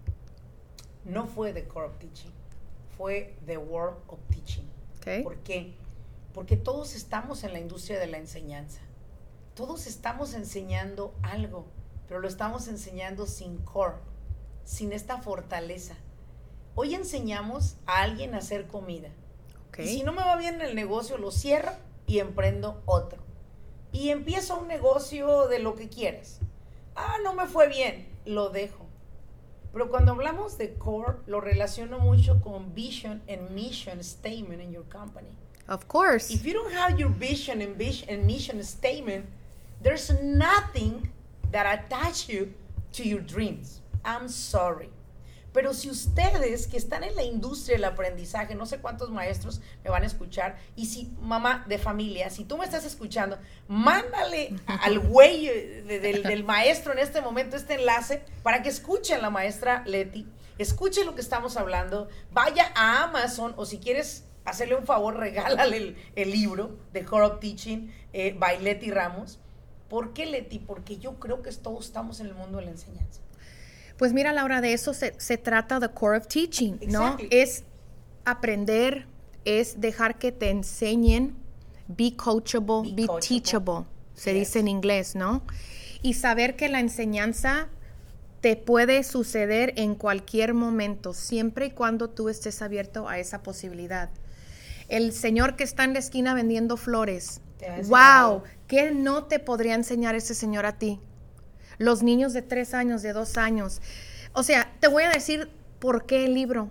No fue the core of teaching, fue the world of teaching. ¿Ok? ¿Por qué? Porque todos estamos en la industria de la enseñanza. Todos estamos enseñando algo, pero lo estamos enseñando sin core, sin esta fortaleza. Hoy enseñamos a alguien a hacer comida. Okay. Y si no me va bien en el negocio, lo cierro y emprendo otro. Y empiezo un negocio de lo que quieras. Ah, no me fue bien, lo dejo. Pero cuando hablamos de core, lo relaciono mucho con vision and mission statement in your company. Of course. If you don't have your vision and, vision and mission statement, there's nothing that attach you to your dreams. I'm sorry. Pero si ustedes que están en la industria del aprendizaje, no sé cuántos maestros me van a escuchar, y si, mamá de familia, si tú me estás escuchando, mándale al güey de, de, del maestro en este momento este enlace para que escuchen la maestra Leti, escuche lo que estamos hablando, vaya a Amazon, o si quieres hacerle un favor, regálale el, el libro de Core of Teaching eh, by Leti Ramos. ¿Por qué, Leti? Porque yo creo que todos estamos en el mundo de la enseñanza. Pues mira, Laura, de eso se, se trata The Core of Teaching, ¿no? Exactly. Es aprender, es dejar que te enseñen, be coachable, be, be coachable. teachable, se yes. dice en inglés, ¿no? Y saber que la enseñanza te puede suceder en cualquier momento, siempre y cuando tú estés abierto a esa posibilidad. El señor que está en la esquina vendiendo flores, wow, ¿qué no te podría enseñar ese señor a ti? Los niños de tres años, de dos años. O sea, te voy a decir por qué el libro.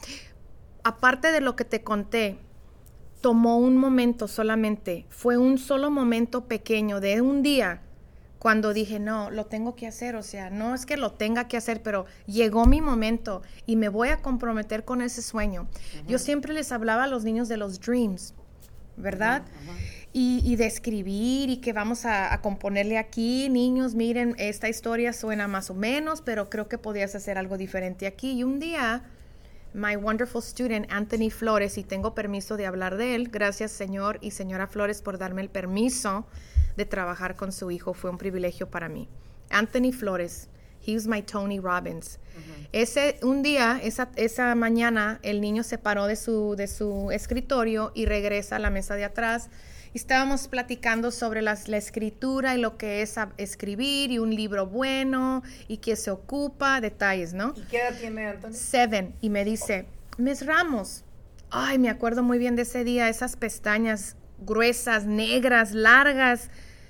Aparte de lo que te conté, tomó un momento solamente. Fue un solo momento pequeño de un día cuando dije, no, lo tengo que hacer. O sea, no es que lo tenga que hacer, pero llegó mi momento y me voy a comprometer con ese sueño. Uh-huh. Yo siempre les hablaba a los niños de los dreams, ¿verdad? Uh-huh. Uh-huh. Y, y de escribir y que vamos a, a componerle aquí, niños, miren, esta historia suena más o menos, pero creo que podías hacer algo diferente aquí. Y un día, my wonderful student, Anthony Flores, y tengo permiso de hablar de él, gracias señor y señora Flores por darme el permiso de trabajar con su hijo, fue un privilegio para mí. Anthony Flores, he was my Tony Robbins. Uh-huh. Ese, un día, esa, esa mañana, el niño se paró de su, de su escritorio y regresa a la mesa de atrás. Estábamos platicando sobre las, la escritura y lo que es a, escribir y un libro bueno y que se ocupa, detalles, ¿no? ¿Y qué edad tiene Anthony? Seven. Y me dice, Miss Ramos, ay, me acuerdo muy bien de ese día, esas pestañas gruesas, negras, largas,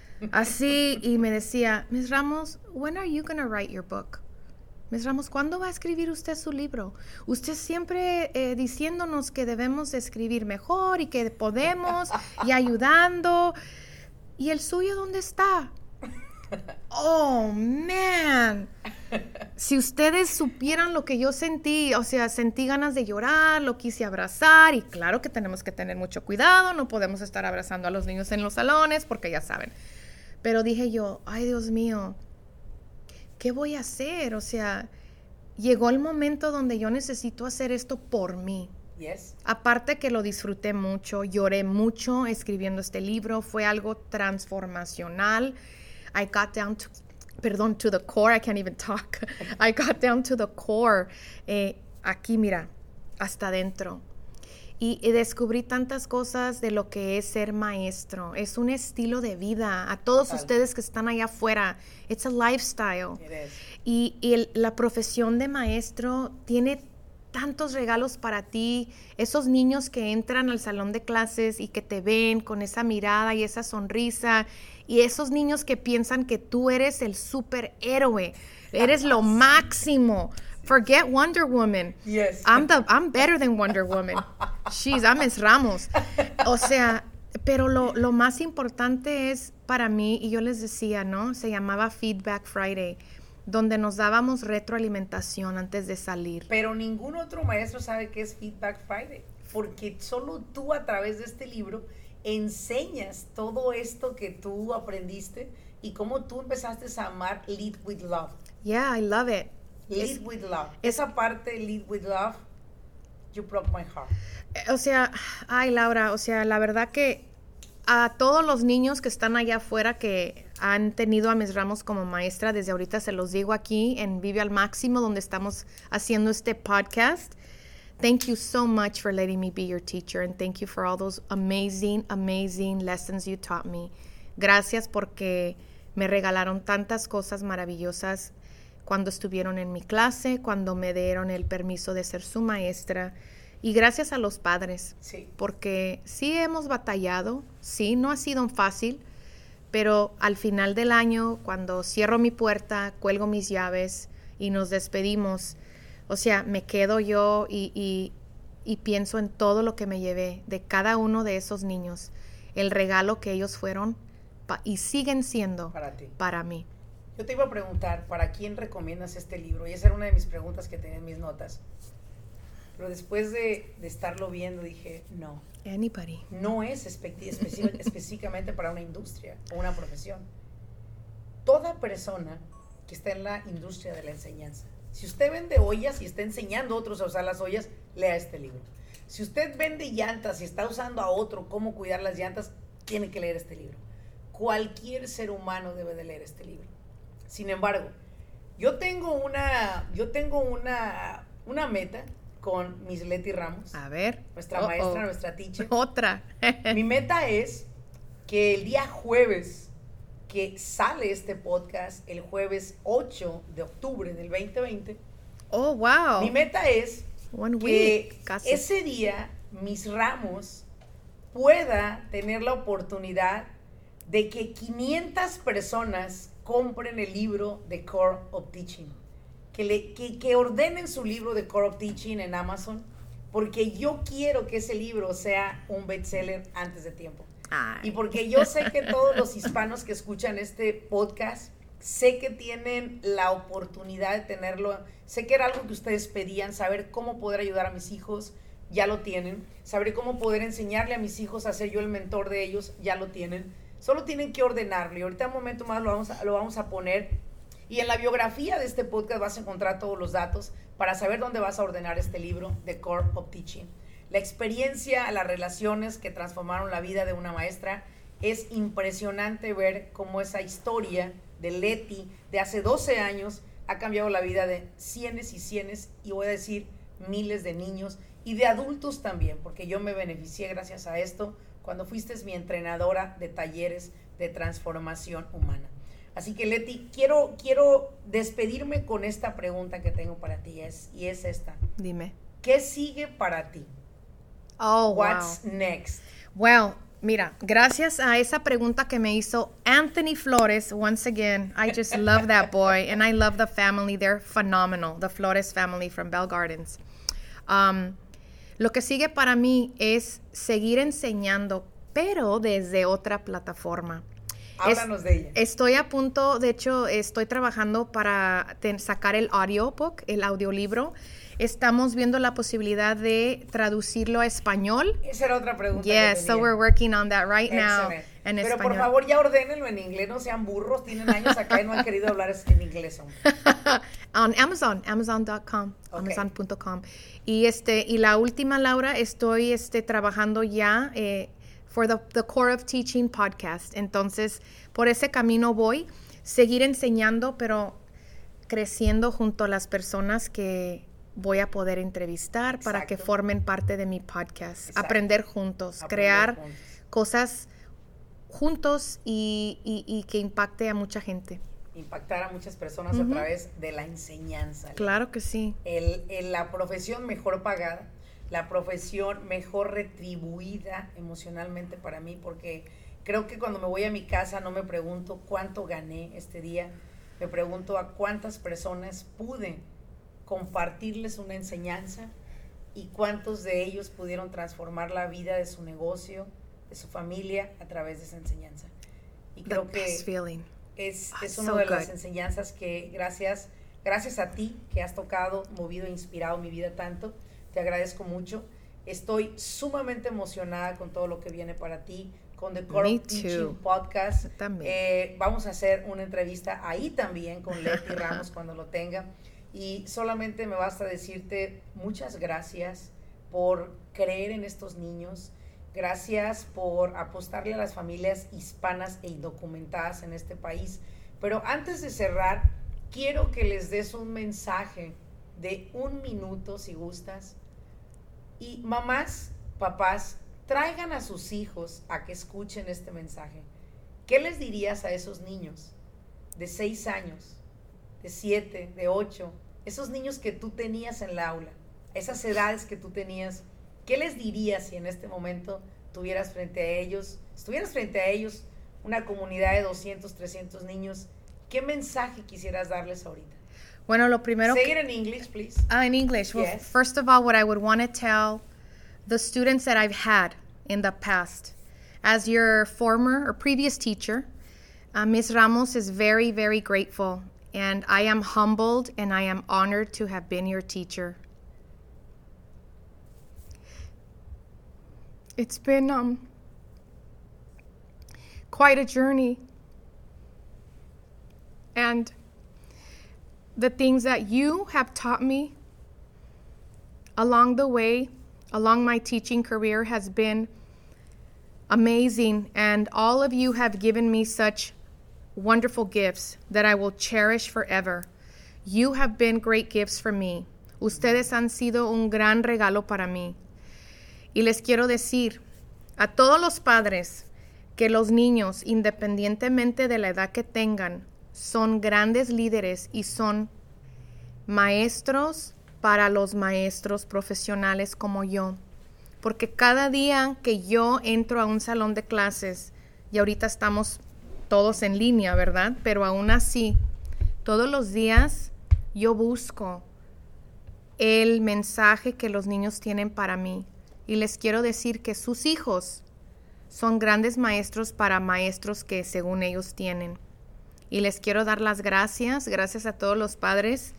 así. Y me decía, Miss Ramos, when are you going to write your book? Miss Ramos, ¿cuándo va a escribir usted su libro? Usted siempre eh, diciéndonos que debemos de escribir mejor y que podemos y ayudando. ¿Y el suyo dónde está? Oh, man. Si ustedes supieran lo que yo sentí, o sea, sentí ganas de llorar, lo quise abrazar y claro que tenemos que tener mucho cuidado, no podemos estar abrazando a los niños en los salones porque ya saben. Pero dije yo, ay, Dios mío, ¿qué voy a hacer? O sea, llegó el momento donde yo necesito hacer esto por mí. Yes. Aparte que lo disfruté mucho, lloré mucho escribiendo este libro, fue algo transformacional. I got down to, perdón, to the core, I can't even talk. I got down to the core. Eh, aquí, mira, hasta adentro. Y, y descubrí tantas cosas de lo que es ser maestro. Es un estilo de vida. A todos Total. Ustedes que están allá afuera, it's a lifestyle. It is. Y, y el, la profesión de maestro tiene tantos regalos para ti. Esos niños que entran al salón de clases y que te ven con esa mirada y esa sonrisa. Y esos niños que piensan que tú eres el superhéroe. Eres lo máximo. Forget Wonder Woman. Yes. I'm the I'm better than Wonder Woman. She's I'm Miss Ramos. O sea, pero lo, lo más importante es para mí, y yo les decía, ¿no? Se llamaba Feedback Friday, donde nos dábamos retroalimentación antes de salir. Pero ningún otro maestro sabe qué es Feedback Friday, porque solo tú a través de este libro enseñas todo esto que tú aprendiste y cómo tú empezaste a amar Lead with Love. Yeah, I love it. Lead es, with Love. Esa parte, Lead with Love, you broke my heart. O sea, ay, Laura, o sea, la verdad que a todos los niños que están allá afuera que han tenido a Miss Ramos como maestra, desde ahorita se los digo aquí en Vive al Máximo, donde estamos haciendo este podcast, Thank you so much for letting me be your teacher, and thank you for all those amazing, amazing lessons you taught me. Gracias porque me regalaron tantas cosas maravillosas cuando estuvieron en mi clase, cuando me dieron el permiso de ser su maestra. Y gracias a los padres, sí. porque sí hemos batallado, sí, no ha sido fácil, pero al final del año, cuando cierro mi puerta, cuelgo mis llaves y nos despedimos, o sea, me quedo yo y, y, y pienso en todo lo que me llevé de cada uno de esos niños, el regalo que ellos fueron pa- y siguen siendo para ti. Para mí. Yo te iba a preguntar, ¿para quién recomiendas este libro? Y esa era una de mis preguntas que tenía en mis notas. Pero después de, de estarlo viendo dije, no. Anybody. No es espe- especi- específicamente para una industria o una profesión. Toda persona que está en la industria de la enseñanza. Si usted vende ollas y está enseñando a otros a usar las ollas, lea este libro. Si usted vende llantas y está usando a otro cómo cuidar las llantas, tiene que leer este libro. Cualquier ser humano debe de leer este libro. Sin embargo, yo tengo una, yo tengo una, una meta con Miss Leti Ramos. A ver. Nuestra Uh-oh. maestra, nuestra teacher. Otra. Mi meta es que el día jueves que sale este podcast, el jueves ocho de octubre del veinte veinte, Oh, wow. mi meta es One que week. Casi. ese día Miss Ramos pueda tener la oportunidad de que quinientas personas compren el libro de Core of Teaching, que, le, que, que ordenen su libro de Core of Teaching en Amazon, porque yo quiero que ese libro sea un bestseller antes de tiempo. Ay. Y porque yo sé que todos los hispanos que escuchan este podcast, sé que tienen la oportunidad de tenerlo, sé que era algo que ustedes pedían, saber cómo poder ayudar a mis hijos, ya lo tienen, saber cómo poder enseñarle a mis hijos a ser yo el mentor de ellos, ya lo tienen, solo tienen que ordenarlo y ahorita un momento más lo vamos a, lo vamos a poner y en la biografía de este podcast vas a encontrar todos los datos para saber dónde vas a ordenar este libro de Core of Teaching. La experiencia, las relaciones que transformaron la vida de una maestra, es impresionante ver cómo esa historia de Leti de hace doce años ha cambiado la vida de cientos y cientos y voy a decir miles de niños y de adultos también, porque yo me beneficié gracias a esto cuando fuiste mi entrenadora de talleres de transformación humana. Así que Leti, quiero, quiero despedirme con esta pregunta que tengo para ti es, y es esta. Dime. ¿Qué sigue para ti? Oh, What's wow. next? Well, mira, gracias a esa pregunta que me hizo Anthony Flores, once again, I just love that boy, and I love the family. They're phenomenal, the Flores family from Bell Gardens. Um, lo que sigue para mí es seguir enseñando, pero desde otra plataforma. Háblanos es, de ella. Estoy a punto, de hecho, estoy trabajando para ten, sacar el audiobook, el audiolibro. Estamos viendo la posibilidad de traducirlo a español. Esa era otra pregunta. Yes, so we're working on that right now. En Pero español. por favor ya ordénenlo en inglés, no sean burros, tienen años acá y no han querido hablar en inglés. On Amazon, amazon punto com, okay. amazon punto com. Y este y la última, Laura, estoy este trabajando ya eh, for the, the Core of Teaching podcast. Entonces, por ese camino voy, seguir enseñando, pero creciendo junto a las personas que voy a poder entrevistar. Exacto. Para que formen parte de mi podcast. Exacto. Aprender juntos, Aprender crear juntos. Cosas juntos y, y, y que impacte a mucha gente. Impactar a muchas personas uh-huh. a través de la enseñanza. Claro que sí. El, el, la profesión mejor pagada, la profesión mejor retribuida emocionalmente para mí, porque creo que cuando me voy a mi casa no me pregunto cuánto gané este día, me pregunto a cuántas personas pude compartirles una enseñanza y cuántos de ellos pudieron transformar la vida de su negocio, de su familia a través de esa enseñanza. Y The creo que feeling. es, oh, es una so de good. las enseñanzas que gracias, gracias a ti que has tocado, movido e inspirado mi vida tanto, te agradezco mucho. Estoy sumamente emocionada con todo lo que viene para ti, con The Core of Teaching Podcast. Eh, vamos a hacer una entrevista ahí también con Leti Ramos cuando lo tenga. Y solamente me basta decirte muchas gracias por creer en estos niños. Gracias por apostarle a las familias hispanas e indocumentadas en este país. Pero antes de cerrar, quiero que les des un mensaje de un minuto, si gustas, Y mamás, papás, traigan a sus hijos a que escuchen este mensaje. ¿Qué les dirías a esos niños de seis años, de siete, de ocho, esos niños que tú tenías en la aula, esas edades que tú tenías? ¿Qué les dirías si en este momento tuvieras frente a ellos, estuvieras frente a ellos, una comunidad de doscientos, trescientos niños? ¿Qué mensaje quisieras darles ahorita? Bueno, lo primero... Say it in English, please. Uh, in English. Well, Yes. first of all, what I would want to tell the students that I've had in the past, as your former or previous teacher, uh, Miz Ramos is very, very grateful, and I am humbled and I am honored to have been your teacher. It's been um, quite a journey, and the things that you have taught me along the way, along my teaching career, has been amazing. And all of you have given me such wonderful gifts that I will cherish forever. You have been great gifts for me. Ustedes han sido un gran regalo para mí. Y les quiero decir a todos los padres que los niños, independientemente de la edad que tengan, son grandes líderes y son maestros para los maestros profesionales como yo. Porque cada día que yo entro a un salón de clases, y ahorita estamos todos en línea, ¿verdad? Pero aún así, todos los días yo busco el mensaje que los niños tienen para mí. Y les quiero decir que sus hijos son grandes maestros para maestros que según ellos tienen. Y les quiero dar las gracias, gracias a todos los padres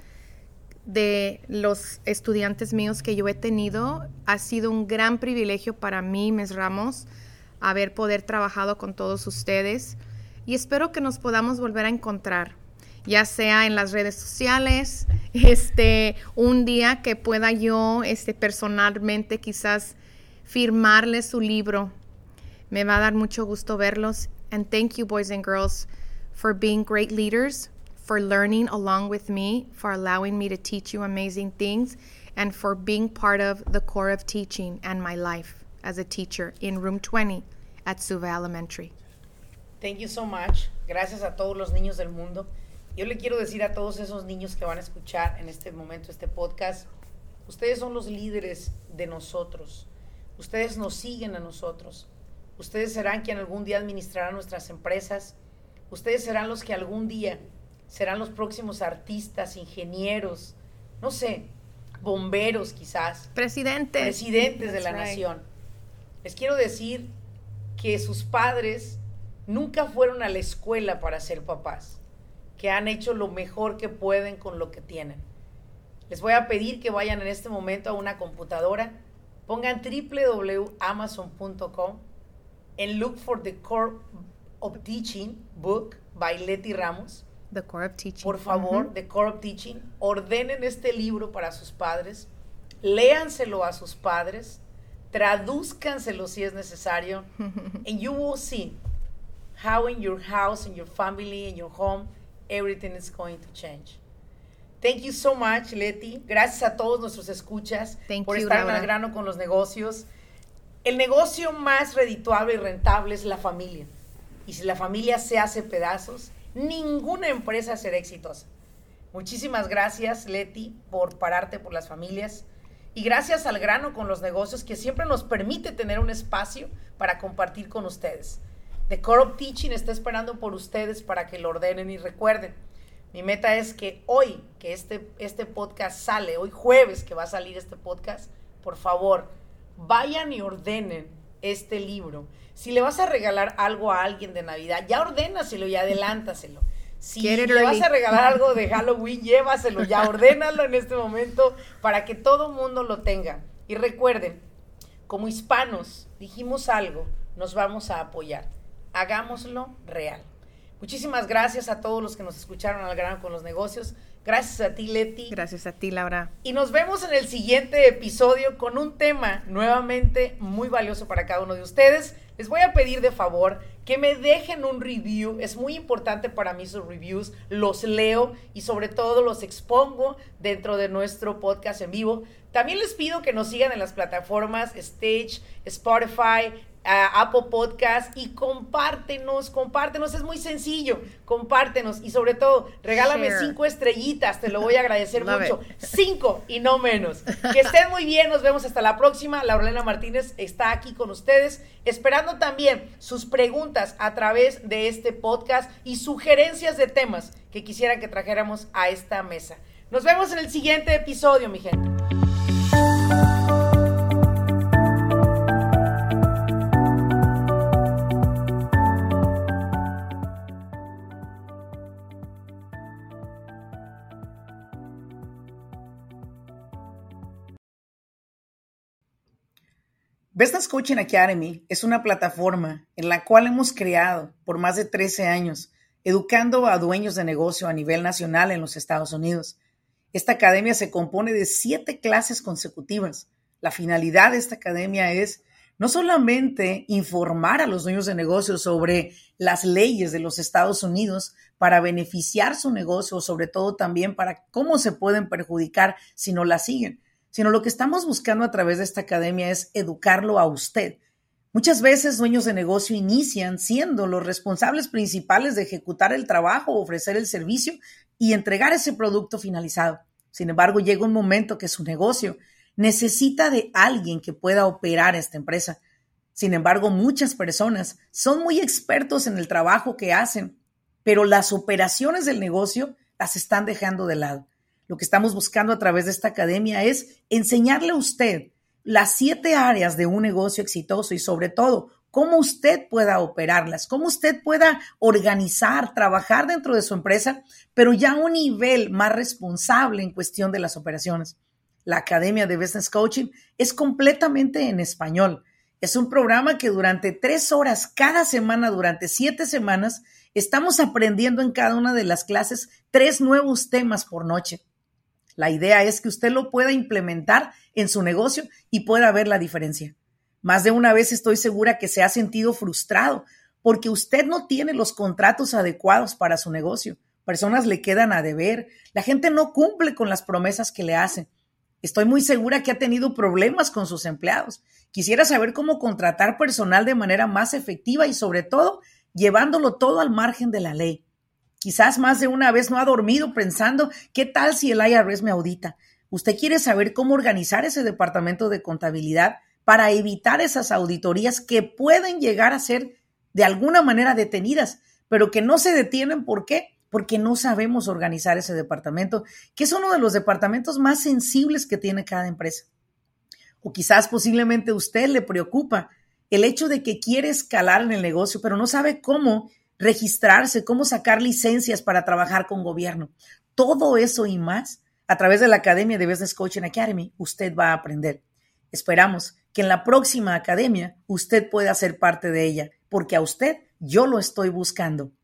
de los estudiantes míos que yo he tenido. Ha sido un gran privilegio para mí, Miz Ramos, haber poder trabajado con todos ustedes. Y espero que nos podamos volver a encontrar, ya sea en las redes sociales, este, un día que pueda yo este, personalmente quizás firmarle su libro. Me va a dar mucho gusto verlos. And thank you, boys and girls, for being great leaders, for learning along with me, for allowing me to teach you amazing things, and for being part of the core of teaching and my life as a teacher in room twenty at Suva Elementary. Thank you so much. Gracias a todos los niños del mundo. Yo le quiero decir a todos esos niños que van a escuchar en este momento este podcast, ustedes son los líderes de nosotros. Ustedes nos siguen a nosotros. Ustedes serán quien algún día administrará nuestras empresas. Ustedes serán los que algún día serán los próximos artistas, ingenieros, no sé, bomberos quizás. Presidentes. Presidentes de la That's right. nación. Les quiero decir que sus padres nunca fueron a la escuela para ser papás, que han hecho lo mejor que pueden con lo que tienen. Les voy a pedir que vayan en este momento a una computadora, pongan doble u doble u doble u punto amazon punto com and look for the Core of Teaching book by Leti Ramos. The Core of Teaching. Por favor, Mm-hmm. The Core of Teaching. Ordenen este libro para sus padres, léanselo a sus padres, tradúzcanselo si es necesario, and you will see how in your house, in your family, in your home, everything is going to change. Thank you so much, Leti. Gracias a todos nuestros escuchas Thank por you, estar Laura. en el grano con los negocios. El negocio más redituable y rentable es la familia. Y si la familia se hace pedazos, ninguna empresa será exitosa. Muchísimas gracias, Leti, por pararte por las familias. Y gracias al grano con los negocios que siempre nos permite tener un espacio para compartir con ustedes. The Core of Teaching está esperando por ustedes para que lo ordenen y recuerden. Mi meta es que hoy, que este, este podcast sale, hoy jueves que va a salir este podcast, por favor, vayan y ordenen este libro. Si le vas a regalar algo a alguien de Navidad, ya ordénaselo y adelántaselo. Si Get it le vas early. a regalar algo de Halloween, llévaselo ya, ordénalo en este momento para que todo mundo lo tenga. Y recuerden, como hispanos, dijimos algo, nos vamos a apoyar. Hagámoslo real. Muchísimas gracias a todos los que nos escucharon al grano con los negocios. Gracias a ti, Leti. Gracias a ti, Laura. Y nos vemos en el siguiente episodio con un tema nuevamente muy valioso para cada uno de ustedes. Les voy a pedir de favor que me dejen un review. Es muy importante para mí sus reviews. Los leo y sobre todo los expongo dentro de nuestro podcast en vivo. También les pido que nos sigan en las plataformas Stage, Spotify, Uh, Apple Podcast y compártenos, compártenos, es muy sencillo, compártenos y sobre todo regálame Share. cinco estrellitas, te lo voy a agradecer mucho, it. cinco y no menos. Que estén muy bien, nos vemos hasta la próxima. Laurelena Martínez está aquí con ustedes, esperando también sus preguntas a través de este podcast y sugerencias de temas que quisieran que trajéramos a esta mesa. Nos vemos en el siguiente episodio, mi gente. Business Coaching Academy es una plataforma en la cual hemos creado por más de trece años, educando a dueños de negocio a nivel nacional en los Estados Unidos. Esta academia se compone de siete clases consecutivas. La finalidad de esta academia es no solamente informar a los dueños de negocio sobre las leyes de los Estados Unidos para beneficiar su negocio, sobre todo también para cómo se pueden perjudicar si no la siguen, sino lo que estamos buscando a través de esta academia es educarlo a usted. Muchas veces dueños de negocio inician siendo los responsables principales de ejecutar el trabajo, ofrecer el servicio y entregar ese producto finalizado. Sin embargo, llega un momento que su negocio necesita de alguien que pueda operar esta empresa. Sin embargo, muchas personas son muy expertos en el trabajo que hacen, pero las operaciones del negocio las están dejando de lado. Lo que estamos buscando a través de esta academia es enseñarle a usted las siete áreas de un negocio exitoso y sobre todo cómo usted pueda operarlas, cómo usted pueda organizar, trabajar dentro de su empresa, pero ya a un nivel más responsable en cuestión de las operaciones. La Academia de Business Coaching es completamente en español. Es un programa que durante tres horas cada semana, durante siete semanas, estamos aprendiendo en cada una de las clases tres nuevos temas por noche. La idea es que usted lo pueda implementar en su negocio y pueda ver la diferencia. Más de una vez estoy segura que se ha sentido frustrado porque usted no tiene los contratos adecuados para su negocio. Personas le quedan a deber. La gente no cumple con las promesas que le hacen. Estoy muy segura que ha tenido problemas con sus empleados. Quisiera saber cómo contratar personal de manera más efectiva y sobre todo llevándolo todo al margen de la ley. Quizás más de una vez no ha dormido pensando, ¿qué tal si el I R S me audita? Usted quiere saber cómo organizar ese departamento de contabilidad para evitar esas auditorías que pueden llegar a ser de alguna manera detenidas, pero que no se detienen. ¿Por qué? Porque no sabemos organizar ese departamento, que es uno de los departamentos más sensibles que tiene cada empresa. O quizás posiblemente a usted le preocupa el hecho de que quiere escalar en el negocio, pero no sabe cómo registrarse, cómo sacar licencias para trabajar con gobierno. Todo eso y más, a través de la Academia de Business Coaching Academy, usted va a aprender. Esperamos que en la próxima academia usted pueda ser parte de ella, porque a usted yo lo estoy buscando.